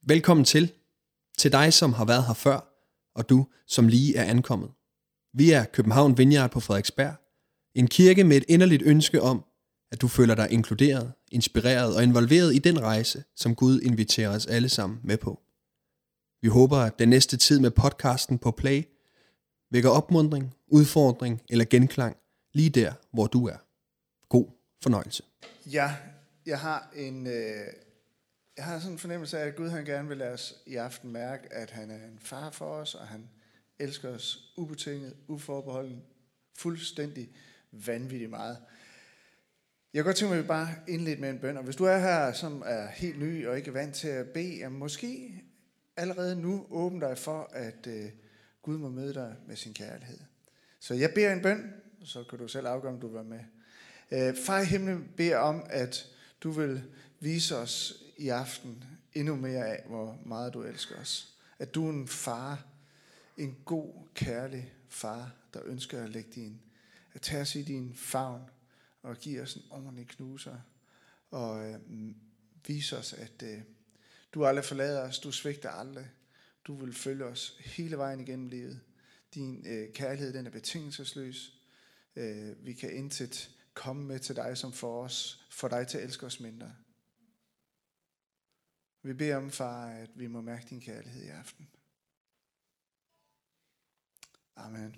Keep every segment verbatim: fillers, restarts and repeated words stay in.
Velkommen til. Til dig, som har været her før, og du, som lige er ankommet. Vi er København Vineyard på Frederiksberg. En kirke med et inderligt ønske om, at du føler dig inkluderet, inspireret og involveret i den rejse, som Gud inviterer os alle sammen med på. Vi håber, at den næste tid med podcasten på Play vækker opmuntring, udfordring eller genklang lige der, hvor du er. God fornøjelse. Ja, jeg har en, øh, jeg har sådan en fornemmelse af, at Gud han gerne vil lade os i aften mærke, at han er en far for os, og han elsker os ubetinget, uforbeholden, fuldstændig vanvittigt meget. Jeg kan godt tænke mig, at vi bare indlede med en bøn, og hvis du er her, som er helt ny og ikke er vant til at bede, måske allerede nu åbn dig for, at øh, Gud må møde dig med sin kærlighed. Så jeg beder en bøn, så kan du selv afgøre, om du vil være med. Øh, Far i himlen beder om, at du vil vise os i aften endnu mere af, hvor meget du elsker os. At du er en far, en god, kærlig far, der ønsker at lægge din, at tage os i din favn og give os en ordentlig knuser. Og øh, vise os, at øh, du aldrig forlader os, du svigter aldrig. Du vil følge os hele vejen igennem livet. Din øh, kærlighed, den er betingelsesløs. Øh, vi kan intet komme med til dig, som for os, for dig til at elske os mindre. Vi beder om, far, at vi må mærke din kærlighed i aften. Amen.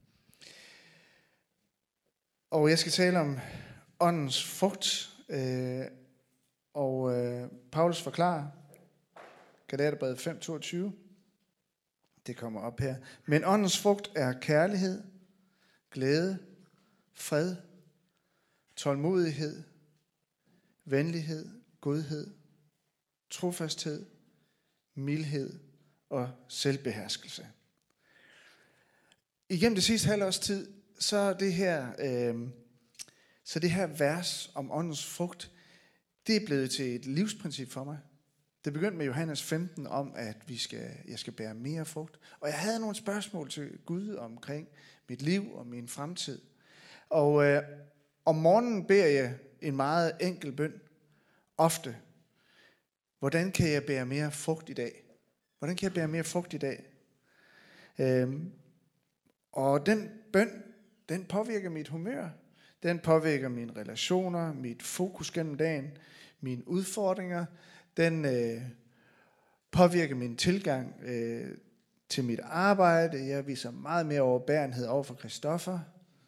Og jeg skal tale om åndens frugt, øh, og øh, Paulus forklarer, Galaterbrevet fem toogtyve, det kommer op her. Men åndens frugt er kærlighed, glæde, fred, tålmodighed, venlighed, godhed, trofasthed, mildhed og selvbeherskelse. Igennem det sidste halve års tid, så er det her, øh, så det her vers om åndens frugt, det er blevet til et livsprincip for mig. Det begyndte med Johannes femten om, at vi skal, jeg skal bære mere frugt. Og jeg havde nogle spørgsmål til Gud omkring mit liv og min fremtid. Og øh, om morgenen beder jeg en meget enkel bøn, ofte. Hvordan kan jeg bære mere frugt i dag? Hvordan kan jeg bære mere frugt i dag? Øhm, og den bøn, den påvirker mit humør. Den påvirker mine relationer, mit fokus gennem dagen, mine udfordringer. Den øh, påvirker min tilgang øh, til mit arbejde. Jeg viser meget mere overbærenhed over for Christoffer.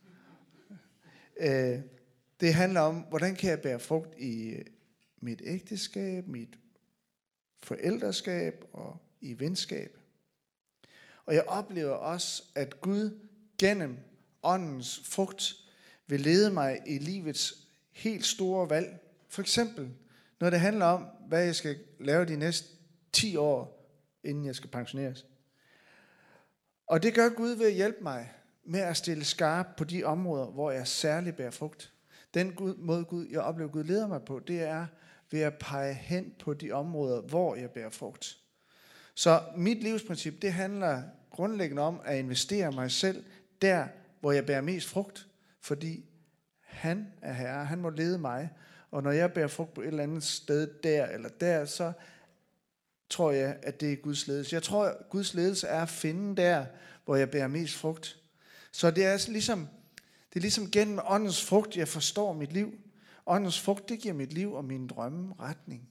Øh, det handler om, hvordan kan jeg bære frugt i mit ægteskab, mit forældreskab og i venskab. Og jeg oplever også, at Gud gennem åndens frugt vil lede mig i livets helt store valg. For eksempel, når det handler om, hvad jeg skal lave de næste ti år, inden jeg skal pensioneres. Og det gør Gud ved at hjælpe mig med at stille skarp på de områder, hvor jeg særligt bærer frugt. Den Gud, måde, Gud, jeg oplever, Gud leder mig på, det er ved at pege hen på de områder, hvor jeg bærer frugt. Så mit livsprincip, det handler grundlæggende om at investere mig selv der, hvor jeg bærer mest frugt, fordi han er herre, han må lede mig, og når jeg bærer frugt på et eller andet sted der eller der, så tror jeg, at det er Guds ledelse. Jeg tror, at Guds ledelse er at finde der, hvor jeg bærer mest frugt. Så det er ligesom, det er ligesom gennem åndens frugt, jeg forstår mit liv. Åndens frugt, det giver mit liv og mine drømme retning.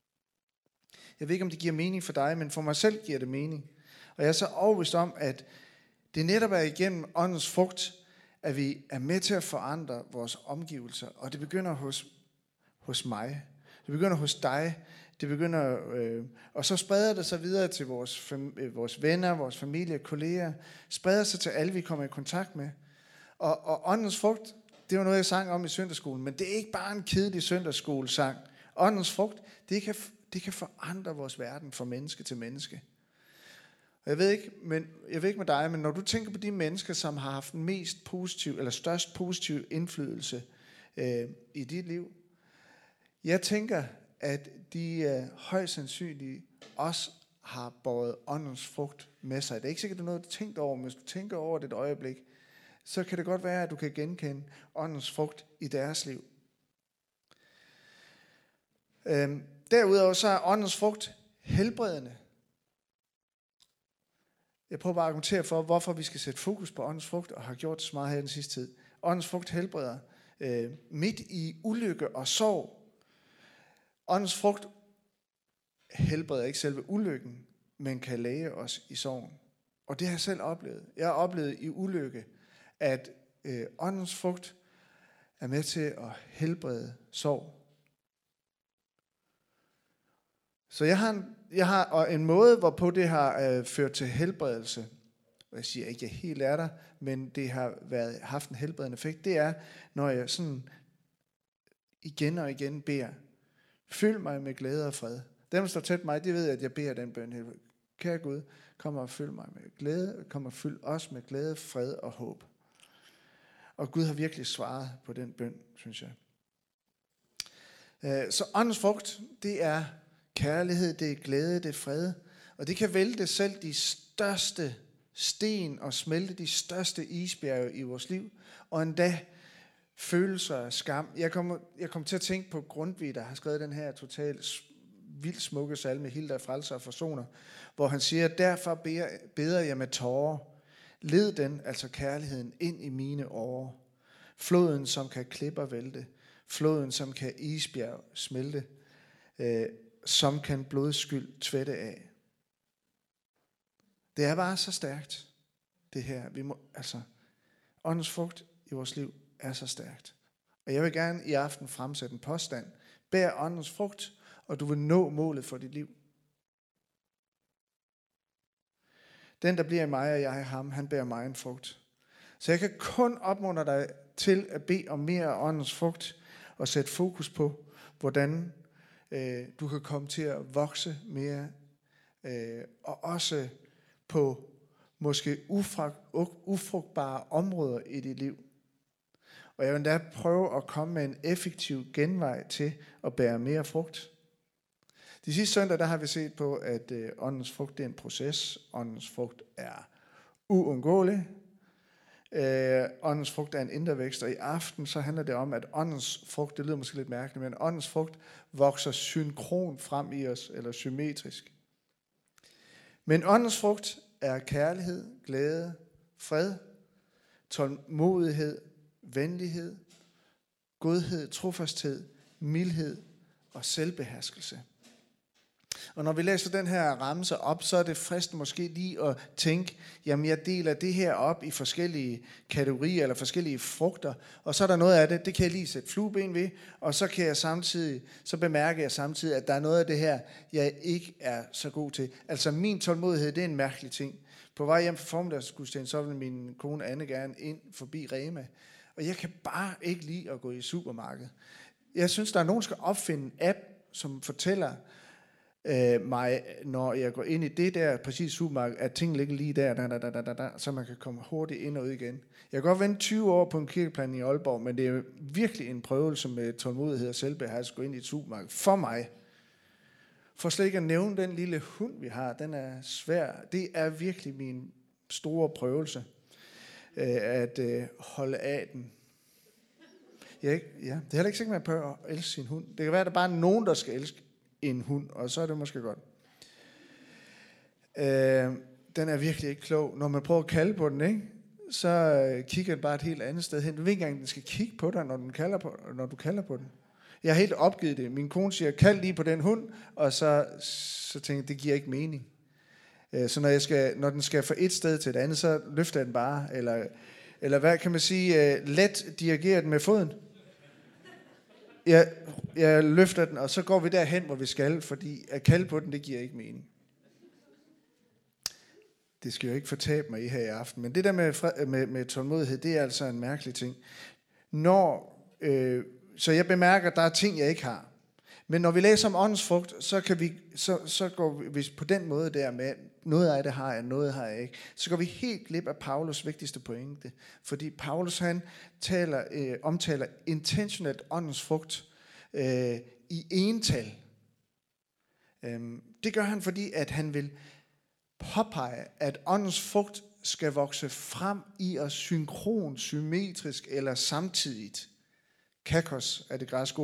Jeg ved ikke, om det giver mening for dig, men for mig selv giver det mening. Og jeg er så overbevist om, at det netop er igennem åndens frugt, at vi er med til at forandre vores omgivelser. Og det begynder hos, hos mig. Det begynder hos dig. Det begynder, øh, og så spreder det sig videre til vores, fam, vores venner, vores familie, kolleger. Spreder sig til alle, vi kommer i kontakt med. Og, og åndens frugt, det var noget, jeg sang om i søndagsskolen, men det er ikke bare en kedelig søndagsskolesang. Åndens frugt, det kan, det kan forandre vores verden fra menneske til menneske. Og jeg ved ikke, men jeg ved ikke med dig, men når du tænker på de mennesker, som har haft den mest positiv eller størst positiv indflydelse øh, i dit liv, jeg tænker, at de øh, højst sandsynligt også har båret åndens frugt med sig. Det er ikke sikkert, det er noget, du tænker over, men hvis du tænker over det et øjeblik, så kan det godt være, at du kan genkende åndens frugt i deres liv. Øhm, derudover så er åndens frugt helbredende. Jeg prøver bare at argumentere for, hvorfor vi skal sætte fokus på åndens frugt, og har gjort det så meget her den sidste tid. Åndens frugt helbreder øh, midt i ulykke og sorg. Åndens frugt helbreder ikke selve ulykken, men kan læge os i sorgen. Og det har jeg selv oplevet. Jeg har oplevet i ulykke, at øh, åndens frugt er med til at helbrede sorg. Så jeg har en, jeg har en måde, hvorpå det har øh, ført til helbredelse. Og jeg siger ikke, at jeg helt er der, men det har været, haft en helbredende effekt. Det er, når jeg sådan igen og igen beder, fyld mig med glæde og fred. Dem, der står tæt på mig, de ved, at jeg beder den bøn. Kære Gud, kom og fyld mig med glæde, kom og fyld os med glæde, fred og håb. Og Gud har virkelig svaret på den bøn, synes jeg. Så åndens frugt, det er kærlighed, det er glæde, det er fred. Og det kan vælte selv de største sten og smelte de største isbjerge i vores liv. Og endda følelser af skam. Jeg kommer, jeg kommer til at tænke på Grundtvig, der har skrevet den her totalt vildt smukke salme, Hilda frelser og forsoner, hvor han siger, derfor beder, beder jeg med tårer. Led den, altså kærligheden, ind i mine årer. Floden, som kan klipper vælte. Floden, som kan isbjerg smelte. Øh, som kan blodskyld tvætte af. Det er bare så stærkt, det her. Vi må, altså, åndens frugt i vores liv er så stærkt. Og jeg vil gerne i aften fremsætte en påstand. Bær åndens frugt, og du vil nå målet for dit liv. Den, der bliver i mig, og jeg i ham, han bærer mig en frugt. Så jeg kan kun opmuntre dig til at bede om mere af åndens frugt, og sætte fokus på, hvordan øh, du kan komme til at vokse mere, øh, og også på måske ufrugtbare områder i dit liv. Og jeg vil da prøve at komme med en effektiv genvej til at bære mere frugt. De sidste søndag, der har vi set på, at øh, åndens frugt er en proces. Åndens frugt er uundgåelig. Øh, åndens frugt er en indre vækst, og i aften så handler det om, at åndens frugt, det lyder måske lidt mærkeligt, men åndens frugt vokser synkron frem i os, eller symmetrisk. Men åndens frugt er kærlighed, glæde, fred, tålmodighed, venlighed, godhed, trofasthed, mildhed og selvbeherskelse. Og når vi læser den her remse op, så er det fristende måske lige at tænke, jamen jeg deler det her op i forskellige kategorier eller forskellige frugter, og så er der noget af det, det kan jeg lige sætte flueben ved, og så kan jeg samtidig, så bemærker jeg samtidig, at der er noget af det her, jeg ikke er så god til. Altså min tålmodighed, det er en mærkelig ting. På vej hjem fra formiddagsgudstjenesten, så ville min kone Anne gerne ind forbi Rema, og jeg kan bare ikke lide at gå i supermarkedet. Jeg synes, der er nogen, der skal opfinde en app, som fortæller øh, mig, når jeg går ind i det der præcis supermarked, at tingene ligger lige der, der, der, der, der, der, så man kan komme hurtigt ind og ud igen. Jeg kan godt vente tyve år på en kirkeplan i Aalborg, men det er virkelig en prøvelse med tålmodighed og selvbeherskelse at gå ind i et supermarked. For mig. For slet ikke at nævne den lille hund, vi har, den er svær. Det er virkelig min store prøvelse, øh, at øh, holde af den. Ja, ja, det er heller ikke sikkert, man prøver at elske sin hund. Det kan være, at der bare er nogen, der skal elske en hund, og så er det måske godt. Øh, den er virkelig ikke klog. Når man prøver at kalde på den, ikke, så øh, kigger den bare et helt andet sted hen. Du ved ikke engang, den skal kigge på dig, når, den kalder på, når du kalder på den. Jeg har helt opgivet det. Min kone siger, kald lige på den hund, og så, så tænker jeg, det giver ikke mening. Øh, så når, jeg skal, når den skal fra et sted til et andet, så løfter jeg den bare, eller, eller hvad kan man sige, øh, let dirigerer den med foden. Jeg, jeg løfter den, og så går vi derhen, hvor vi skal, fordi at kalde på den, det giver ikke mening. Det skal jeg jo ikke fortabe mig i her i aften, men det der med, med, med tålmodighed, det er altså en mærkelig ting. Når, øh, så jeg bemærker, at der er ting, jeg ikke har. Men når vi læser om åndens frugt, så, kan vi, så, så går vi på den måde der med, noget af det har jeg, noget har jeg ikke. Så går vi helt glip af Paulus vigtigste pointe. Fordi Paulus han taler, øh, omtaler intentionelt åndens frugt øh, i ental. Øhm, det gør han, fordi at han vil påpege, at åndens frugt skal vokse frem i os synkron, symmetrisk eller samtidigt. Kakos er det græske ord,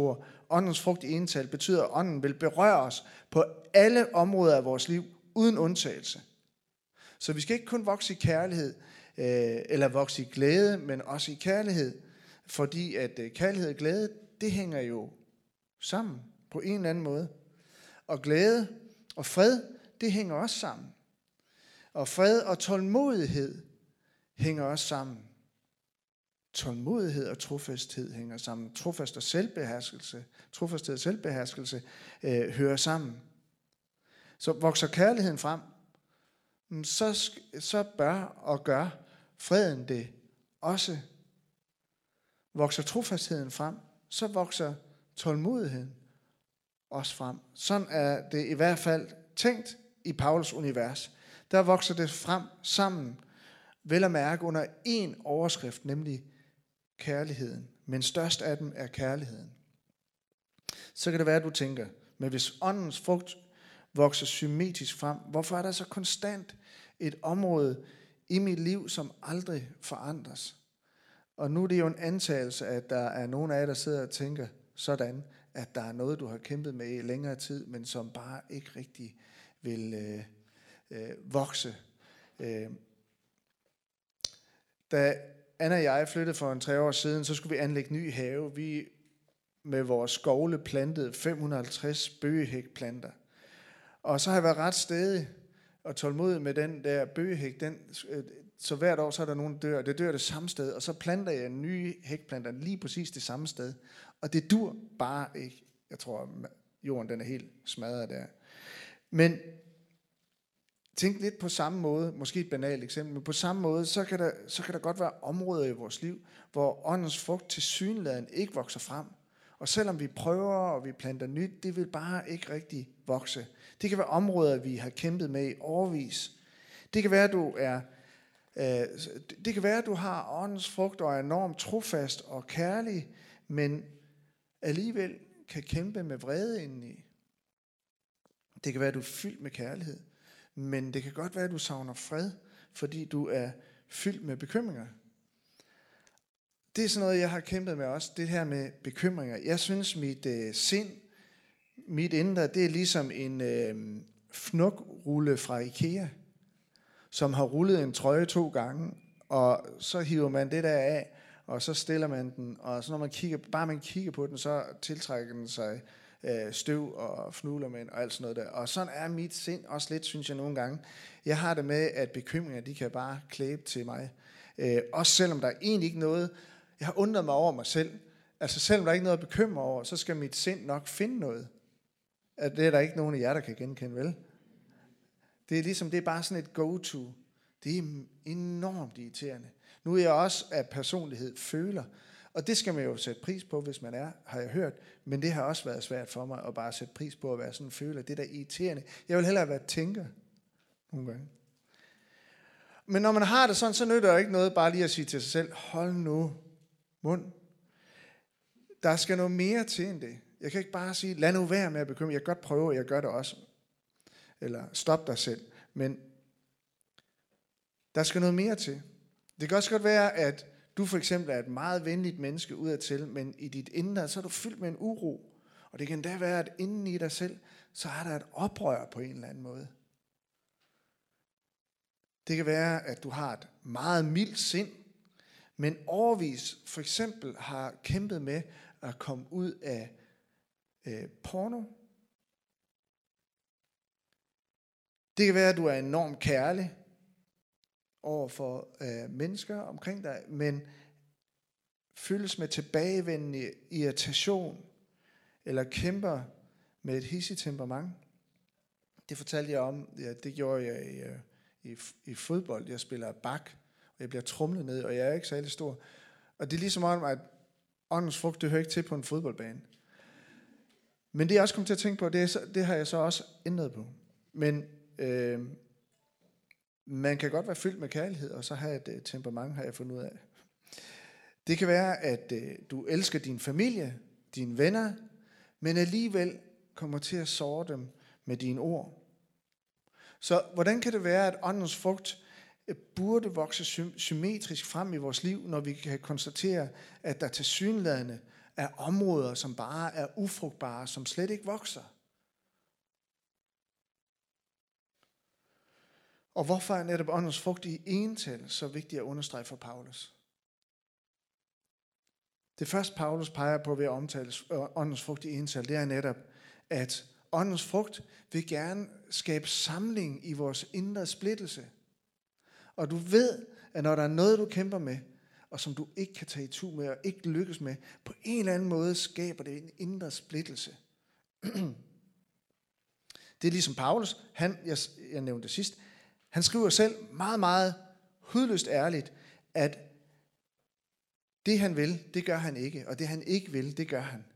åndens frugt i ental betyder, at ånden vil berøre os på alle områder af vores liv, uden undtagelse. Så vi skal ikke kun vokse i kærlighed, øh, eller vokse i glæde, men også i kærlighed. Fordi at øh, kærlighed og glæde, det hænger jo sammen på en eller anden måde. Og glæde og fred, det hænger også sammen. Og fred og tålmodighed hænger også sammen. Tålmodighed og trofasthed hænger sammen. Trofast og selvbeherskelse, trofasthed og selvbeherskelse øh, hører sammen. Så vokser kærligheden frem, så, så bør og gør freden det også. Vokser trofastheden frem, så vokser tålmodigheden også frem. Sådan er det i hvert fald tænkt i Paulus univers. Der vokser det frem sammen, vel at mærke under én overskrift, nemlig kærligheden. Men størst af dem er kærligheden. Så kan det være, at du tænker, men hvis åndens frugt vokser symmetrisk frem, hvorfor er der så konstant et område i mit liv, som aldrig forandres? Og nu er det jo en antagelse, at der er nogen af jer, der sidder og tænker sådan, at der er noget, du har kæmpet med i længere tid, men som bare ikke rigtig vil øh, øh, vokse. Øh. Da Anna og jeg flyttede for en tre år siden, så skulle vi anlægge ny have. Vi med vores skovle plantede fem hundrede og halvtreds bøgehækplanter. Og så har jeg været ret stædig og tålmodig med den der bøgehæk. Den, så hvert år så er der nogen, der dør, og det dør det samme sted. Og så planter jeg nye hækplanter lige præcis det samme sted. Og det dur bare ikke. Jeg tror, jorden den er helt smadret der. Men tænk lidt på samme måde, måske et banalt eksempel, men på samme måde, så kan der, så kan der godt være områder i vores liv, hvor åndens frugt tilsyneladende ikke vokser frem. Og selvom vi prøver, og vi planter nyt, det vil bare ikke rigtig vokse. Det kan være områder, vi har kæmpet med i årevis. Det kan være, at du er, øh, det kan være, at du har åndens frugt og er enormt trofast og kærlig, men alligevel kan kæmpe med vrede indeni. Det kan være, at du er fyldt med kærlighed, men det kan godt være, at du savner fred, fordi du er fyldt med bekymringer. Det er sådan noget, jeg har kæmpet med også, det her med bekymringer. Jeg synes, mit øh, sind, mit indre, det er ligesom en øh, fnugrulle fra IKEA, som har rullet en trøje to gange, og så hiver man det der af, og så stiller man den, og så når man kigger, bare man kigger på den, så tiltrækker den sig øh, støv og fnuglermænd og alt sådan noget der. Og sådan er mit sind også lidt, synes jeg nogle gange. Jeg har det med, at bekymringer, de kan bare klæbe til mig. Øh, også selvom der er egentlig ikke noget. Jeg har undret mig over mig selv. Altså selvom der er ikke noget at bekymre over, så skal mit sind nok finde noget. At det er der ikke nogen af jer, der kan genkende, vel? Det er ligesom, det er bare sådan et go-to. Det er enormt irriterende. Nu er jeg også af personlighed føler, og det skal man jo sætte pris på, hvis man er, har jeg hørt. Men det har også været svært for mig at bare sætte pris på at være sådan en føler. Det er da irriterende. Jeg vil hellere være tænker nogle gange. Men når man har det sådan, så nytter det ikke noget bare lige at sige til sig selv, hold nu mund. Der skal noget mere til end det. Jeg kan ikke bare sige, lad nu være med at bekymre. Jeg kan godt prøve, og jeg gør det også. Eller stop dig selv. Men der skal noget mere til. Det kan også godt være, at du for eksempel er et meget venligt menneske udadtil, men i dit indre, så er du fyldt med en uro. Og det kan da være, at inden i dig selv, så er der et oprør på en eller anden måde. Det kan være, at du har et meget mildt sind, men overvis for eksempel har kæmpet med at komme ud af øh, porno. Det kan være, at du er enormt kærlig over for øh, mennesker omkring dig, men fyldes med tilbagevendende irritation, eller kæmper med et hissigt temperament. Det fortalte jeg om, ja, det gjorde jeg i, i, i fodbold. Jeg spiller bak, og jeg bliver tromlet ned, og jeg er ikke særlig stor. Og det er ligesom om, at åndens frugt, det hører ikke til på en fodboldbane. Men det jeg også kom til at tænke på, det, er så, det har jeg så også ændret på. Men øh, man kan godt være fyldt med kærlighed, og så have et uh, temperament, har jeg fundet ud af. Det kan være, at uh, du elsker din familie, dine venner, men alligevel kommer til at såre dem med dine ord. Så hvordan kan det være, at åndens frugt burde vokse symmetrisk frem i vores liv, når vi kan konstatere, at der tilsyneladende af områder, som bare er ufrugtbare, som slet ikke vokser. Og hvorfor er netop åndens frugt i ental så vigtigt at understrege for Paulus? Det første, Paulus peger på ved at omtale åndens frugt i ental, det er netop, at åndens frugt vil gerne skabe samling i vores indre splittelse. Og du ved, at når der er noget, du kæmper med, og som du ikke kan tage itu med og ikke lykkes med, på en eller anden måde skaber det en indre splittelse. Det er ligesom Paulus, han, jeg, jeg nævnte det sidst, han skriver selv meget, meget hudløst ærligt, at det han vil, det gør han ikke, og det han ikke vil, det gør han.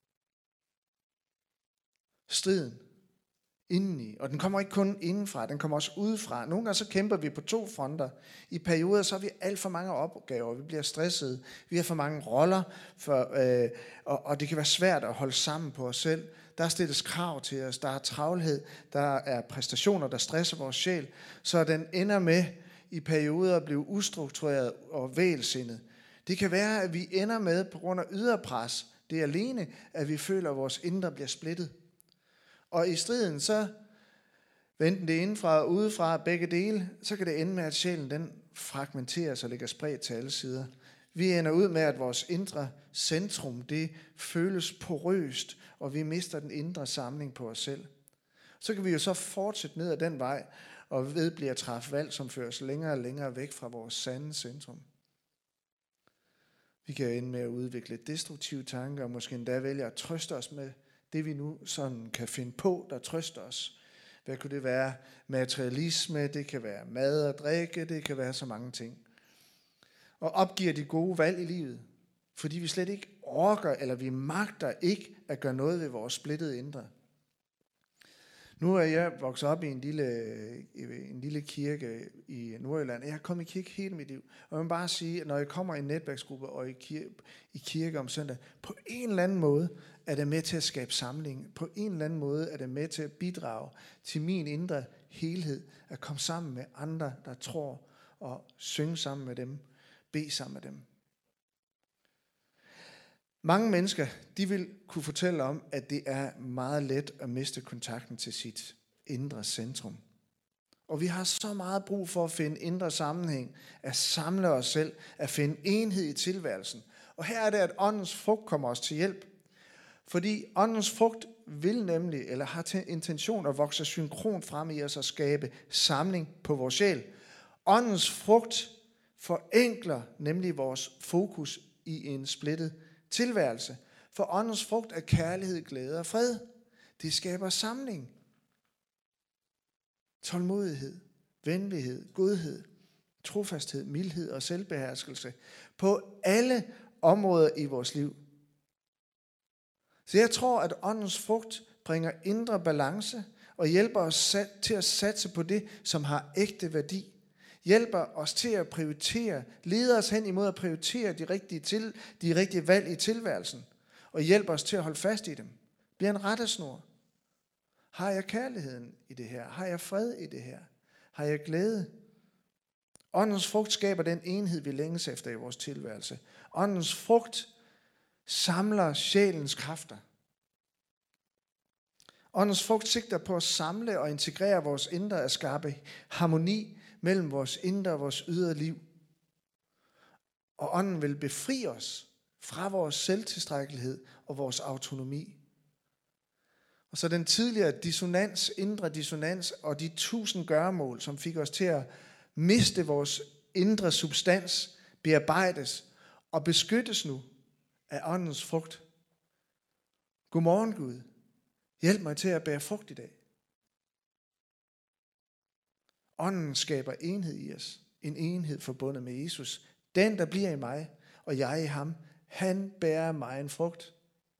Striden indeni, og den kommer ikke kun indenfra, den kommer også udefra. Nogle gange så kæmper vi på to fronter. I perioder så har vi alt for mange opgaver, vi bliver stressede, vi har for mange roller, for, øh, og, og det kan være svært at holde sammen på os selv. Der stilles krav til os, der er travlhed, der er præstationer, der stresser vores sjæl, så den ender med i perioder at blive ustruktureret og vælsindet. Det kan være, at vi ender med på grund af ydre pres, det er alene, at vi føler, at vores indre bliver splittet. Og i striden, så enten det indefra og udefra, begge dele, så kan det ende med, at sjælen den fragmenteres og ligger spredt til alle sider. Vi ender ud med, at vores indre centrum, det føles porøst, og vi mister den indre samling på os selv. Så kan vi jo så fortsætte ned ad den vej, og vedblive at træffe valg, som fører os længere og længere væk fra vores sande centrum. Vi kan ende med at udvikle destruktive tanker, og måske endda vælge at trøste os med det, vi nu sådan kan finde på, der trøster os. Hvad kunne det være? Materialisme, det kan være mad og drikke, det kan være så mange ting. Og opgiver de gode valg i livet, fordi vi slet ikke orker, eller vi magter ikke at gøre noget ved vores splittede indre. Nu er jeg vokset op i en lille, en lille kirke i Nordjylland. Jeg har kommet i kirke hele mit liv. Og jeg må bare sige, at når jeg kommer i en netværksgruppe og i kirke, i kirke om søndag, på en eller anden måde er det med til at skabe samling. På en eller anden måde er det med til at bidrage til min indre helhed. At komme sammen med andre, der tror, og synge sammen med dem. Bede sammen med dem. Mange mennesker, de vil kunne fortælle om, at det er meget let at miste kontakten til sit indre centrum. Og vi har så meget brug for at finde indre sammenhæng, at samle os selv, at finde enhed i tilværelsen. Og her er det, at åndens frugt kommer os til hjælp. Fordi åndens frugt vil nemlig, eller har til intention at vokse synkron frem i os og skabe samling på vores sjæl. Åndens frugt forenkler nemlig vores fokus i en splittet tilværelse. For åndens frugt er kærlighed, glæde og fred. Det skaber samling. Tålmodighed, venlighed, godhed, trofasthed, mildhed og selvbeherskelse. På alle områder i vores liv. Så jeg tror, at åndens frugt bringer indre balance og hjælper os til at satse på det, som har ægte værdi. Hjælper os til at prioritere, leder os hen imod at prioritere de rigtige, til, de rigtige valg i tilværelsen, og hjælper os til at holde fast i dem. Bliver en rettesnor. Har jeg kærligheden i det her? Har jeg fred i det her? Har jeg glæde? Åndens frugt skaber den enhed, vi længes efter i vores tilværelse. Åndens frugt samler sjælens kræfter. Åndens frugt sigter på at samle og integrere vores indre, at skabe harmoni mellem vores indre og vores ydre liv. Og ånden vil befri os fra vores selvtilstrækkelighed og vores autonomi. Og så den tidligere dissonans, indre dissonans og de tusind gøremål, som fik os til at miste vores indre substans, bearbejdes og beskyttes nu af åndens frugt. Godmorgen Gud. Hjælp mig til at bære frugt i dag. Ånden skaber enhed i os. En enhed forbundet med Jesus. Den, der bliver i mig, og jeg i ham, han bærer mig en frugt.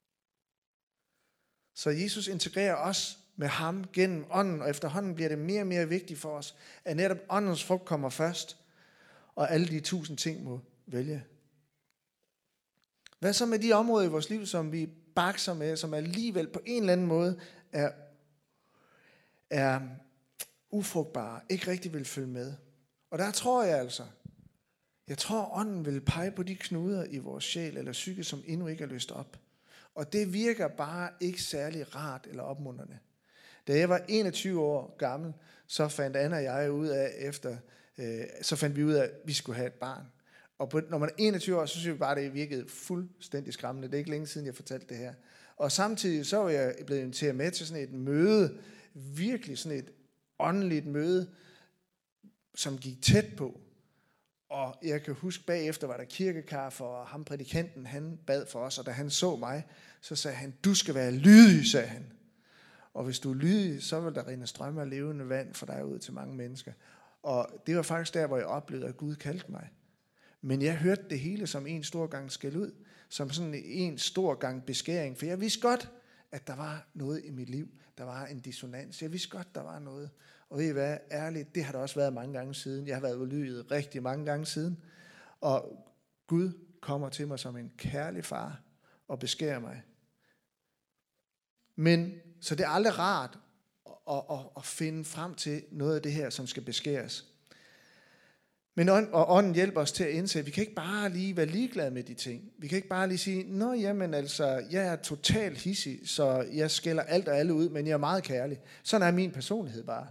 Så Jesus integrerer os med ham gennem ånden, og efterhånden bliver det mere og mere vigtigt for os, at netop åndens frugt kommer først, og alle de tusind ting må vælge. Hvad så med de områder i vores liv, som vi bakser med, som alligevel på en eller anden måde er, er ufrugtbare, ikke rigtig vil følge med? Og der tror jeg altså, Jeg tror, ånden vil pege på de knuder i vores sjæl eller psyke, som endnu ikke er løst op. Og det virker bare ikke særlig rart eller opmuntrende. Da jeg var enogtyve år gammel, så fandt Anna og jeg ud af, efter, øh, så fandt vi ud af, at vi skulle have et barn. Og på, når man er enogtyve år, så synes vi bare, at det virkede fuldstændig skræmmende. Det er ikke længe siden, jeg fortalte det her. Og samtidig så var jeg blevet inviteret med til sådan et møde, virkelig sådan et åndeligt møde, som gik tæt på. Og jeg kan huske, bagefter var der kirkekaffe, og ham prædikanten, han bad for os, og da han så mig, så sagde han, du skal være lydig, sagde han. Og hvis du er lydig, så vil der rinde strømme af levende vand for dig ud til mange mennesker. Og det var faktisk der, hvor jeg oplevede, at Gud kaldte mig. Men jeg hørte det hele som en stor gang skæld ud, som sådan en stor gang beskæring, for jeg vidste godt, at der var noget i mit liv. Der var en dissonans. Jeg vidste godt, der var noget. Og ved I hvad, ærligt, det har der også været mange gange siden. Jeg har været ulydig rigtig mange gange siden. Og Gud kommer til mig som en kærlig far og beskærer mig. Men, så det er aldrig rart at, at, at finde frem til noget af det her, som skal beskæres. Men ånd, og ånden hjælper os til at indse, at vi kan ikke bare lige være ligeglade med de ting. Vi kan ikke bare lige sige, nå jamen altså, jeg er totalt hissig, så jeg skælder alt og alle ud, men jeg er meget kærlig. Sådan er min personlighed bare.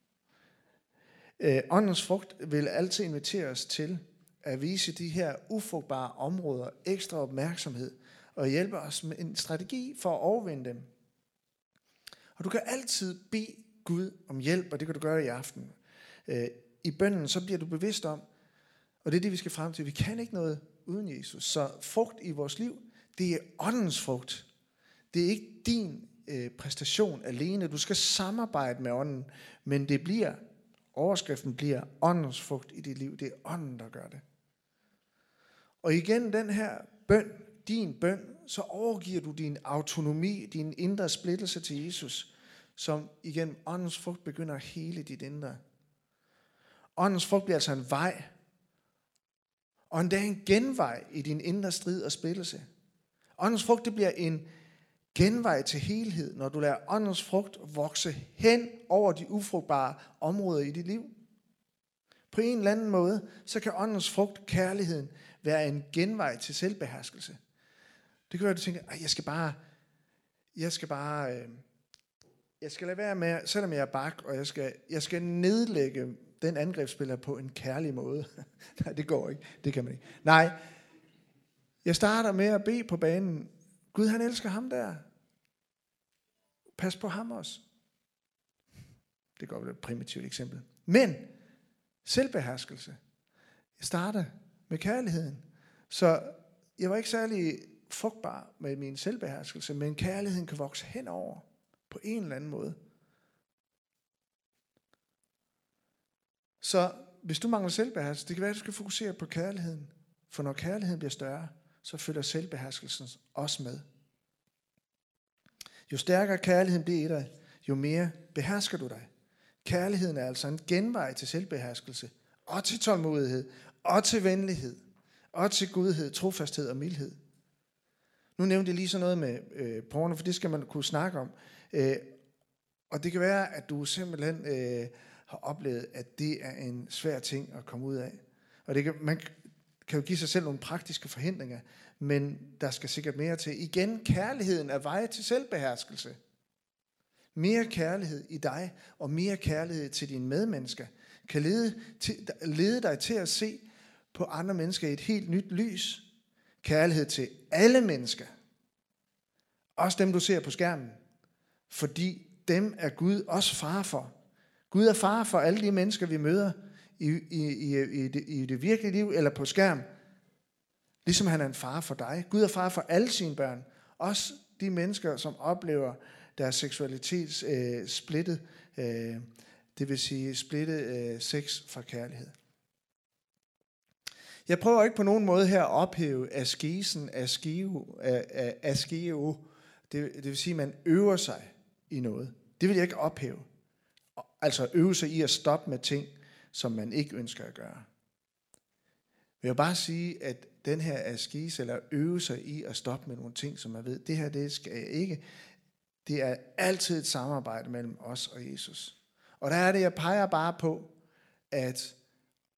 Øh, åndens frugt vil altid invitere os til at vise de her ufrugtbare områder ekstra opmærksomhed, og hjælpe os med en strategi for at overvinde dem. Og du kan altid bede Gud om hjælp, og det kan du gøre i aften. Øh, I bønnen, så bliver du bevidst om, og det er det, vi skal frem til, vi kan ikke noget uden Jesus. Så frugt i vores liv, det er åndens frugt. Det er ikke din øh, præstation alene. Du skal samarbejde med ånden, men det bliver, overskriften bliver åndens frugt i dit liv. Det er ånden, der gør det. Og igen den her bøn, din bøn, så overgiver du din autonomi, din indre splittelse til Jesus, som igen åndens frugt begynder at hele dit indre. Åndens frugt bliver altså en vej, og endda en genvej i din indre strid og splittelse. Åndens frugt det bliver en genvej til helhed, når du lader åndens frugt vokse hen over de ufrugtbare områder i dit liv. På en eller anden måde, så kan åndens frugt, kærligheden, være en genvej til selvbeherskelse. Det kan være, at du tænker, jeg skal bare, jeg skal bare, øh, jeg skal lade være med, selvom jeg er bak, og jeg skal, jeg skal nedlægge den angrebsspiller på en kærlig måde. Nej, det går ikke. Det kan man ikke. Nej, jeg starter med at bede på banen. Gud, han elsker ham der. Pas på ham også. Det går vel et primitivt eksempel. Men selvbeherskelse. Jeg starter med kærligheden. Så jeg var ikke særlig frugtbar med min selvbeherskelse, men kærligheden kan vokse henover på en eller anden måde. Så hvis du mangler selvbeherskelse, det kan være, at du skal fokusere på kærligheden. For når kærligheden bliver større, så følger selvbeherskelsen også med. Jo stærkere kærligheden bliver i dig, jo mere behersker du dig. Kærligheden er altså en genvej til selvbeherskelse, og til tålmodighed, og til venlighed, og til godhed, trofasthed og mildhed. Nu nævnte jeg lige sådan noget med øh, porno, for det skal man kunne snakke om. Øh, og det kan være, at du simpelthen øh, har oplevet, at det er en svær ting at komme ud af. Og det kan, man kan jo give sig selv nogle praktiske forhindringer, men der skal sikkert mere til. Igen, kærligheden er vej til selvbeherskelse. Mere kærlighed i dig, og mere kærlighed til dine medmennesker, kan lede, til, lede dig til at se på andre mennesker i et helt nyt lys. Kærlighed til alle mennesker. Også dem, du ser på skærmen. Fordi dem er Gud også far for. Gud er far for alle de mennesker, vi møder i, i, i, i, det, i det virkelige liv eller på skærm. Ligesom han er en far for dig. Gud er far for alle sine børn. Også de mennesker, som oplever deres seksualitet øh, splittet. Øh, det vil sige splittet øh, sex fra kærlighed. Jeg prøver ikke på nogen måde her at ophæve askesen, askeo, askeo. Det, det vil sige, at man øver sig i noget. Det vil jeg ikke ophæve. Altså øve sig i at stoppe med ting, som man ikke ønsker at gøre. Jeg vil bare sige, at den her askese, eller øve sig i at stoppe med nogle ting, som man ved, det her, det skal jeg ikke. Det er altid et samarbejde mellem os og Jesus. Og der er det, jeg peger bare på, at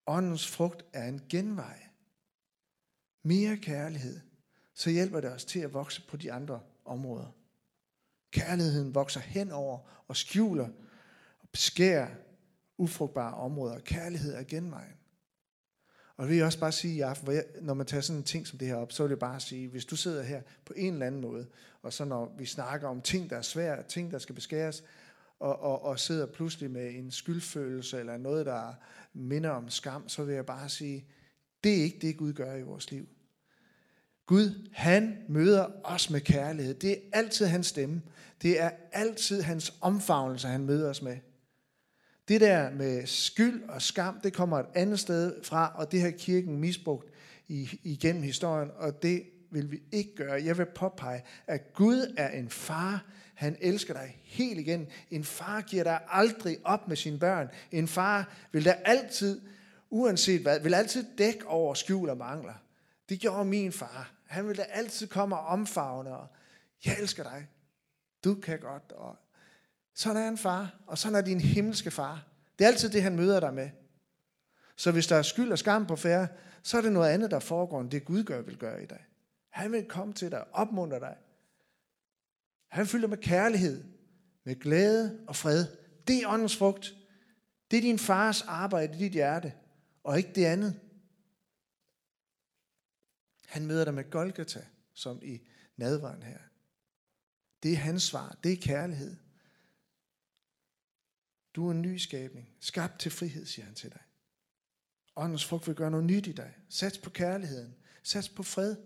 Åndens frugt er en genvej. Mere kærlighed. Så hjælper det os til at vokse på de andre områder. Kærligheden vokser henover og skjuler og beskærer ufrugtbare områder. Kærlighed er genvejen. Og det vil jeg også bare sige i aften, hvor jeg, når man tager sådan en ting som det her op, så vil jeg bare sige, hvis du sidder her på en eller anden måde, og så når vi snakker om ting, der er svære, ting, der skal beskæres, og, og, og sidder pludselig med en skyldfølelse, eller noget, der minder om skam, så vil jeg bare sige, det er ikke det, Gud gør i vores liv. Gud, han møder os med kærlighed. Det er altid hans stemme. Det er altid hans omfavnelse, han møder os med. Det der med skyld og skam, det kommer et andet sted fra, og det har kirken misbrugt igennem historien, og det vil vi ikke gøre. Jeg vil påpege, at Gud er en far. Han elsker dig helt igen. En far giver dig aldrig op med sine børn. En far vil der altid, uanset hvad, vil altid dække over skjul og mangler. Det gjorde min far. Han vil da altid komme og omfavne, og jeg elsker dig. Du kan godt, og sådan er en far, og sådan er din himmelske far. Det er altid det, han møder dig med. Så hvis der er skyld og skam på færre, så er det noget andet, der foregår, end det Gud gør, vil gøre i dig. Han vil komme til dig, opmuntre dig. Han fylder med kærlighed, med glæde og fred. Det er åndens frugt. Det er din fars arbejde i dit hjerte, og ikke det andet. Han møder dig med Golgata, som i nadveren her. Det er hans svar. Det er kærlighed. Du er en ny skabning. Skabt til frihed, siger han til dig. Åndens frugt vil gøre noget nyt i dig. Sats på kærligheden. Sats på fred.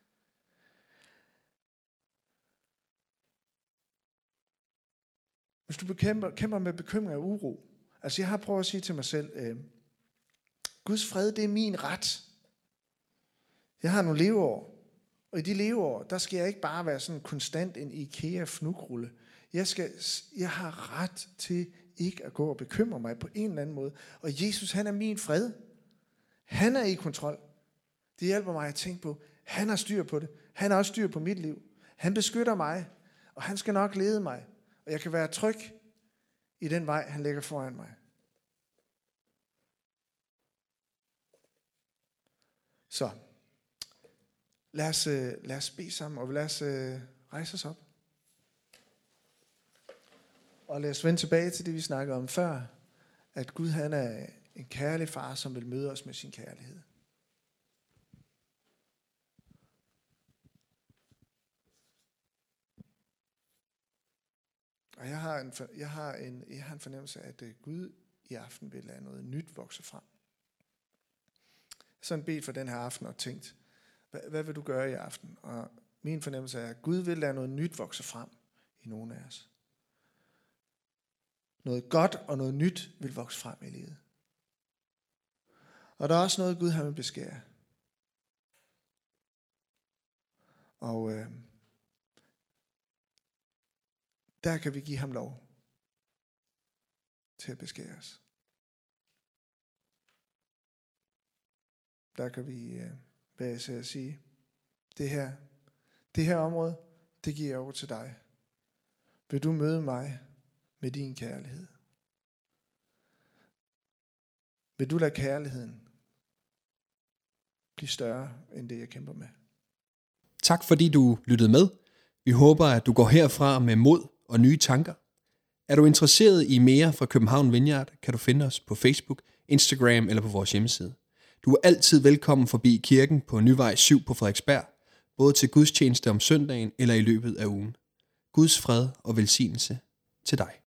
Hvis du bekæmper, kæmper med bekymring og uro. Altså jeg har prøvet at sige til mig selv, øh, Guds fred, det er min ret. Jeg har nogle leveår. Og i de leveår, der skal jeg ikke bare være sådan konstant en IKEA-fnugrulle. Jeg, skal, jeg har ret til ikke at gå og bekymre mig på en eller anden måde. Og Jesus, han er min fred. Han er i kontrol. Det hjælper mig at tænke på, han har styr på det. Han har også styr på mit liv. Han beskytter mig, og han skal nok lede mig. Og jeg kan være tryg i den vej, han lægger foran mig. Så, lad os, lad os bede sammen, og lad os rejse os op. Og lad os vende tilbage til det, vi snakkede om før, at Gud han er en kærlig far, som vil møde os med sin kærlighed. Og jeg har en, jeg har en, jeg har en fornemmelse af, at Gud i aften vil lade noget nyt vokse frem. Sådan bedt for den her aften og tænkt, hvad, hvad vil du gøre i aften? Og min fornemmelse er, at Gud vil lade noget nyt vokse frem i nogle af os. Noget godt og noget nyt vil vokse frem i livet. Og der er også noget, Gud har vil beskære. Og øh, der kan vi give ham lov til at beskære os. Der kan vi øh, være til at sige, det her, det her område, det giver jeg over til dig. Vil du møde mig med din kærlighed? Vil du lade kærligheden blive større end det, jeg kæmper med? Tak fordi du lyttede med. Vi håber, at du går herfra med mod og nye tanker. Er du interesseret i mere fra København Vineyard, kan du finde os på Facebook, Instagram eller på vores hjemmeside. Du er altid velkommen forbi kirken på Nyvej syv på Frederiksberg, både til gudstjeneste om søndagen eller i løbet af ugen. Guds fred og velsignelse til dig.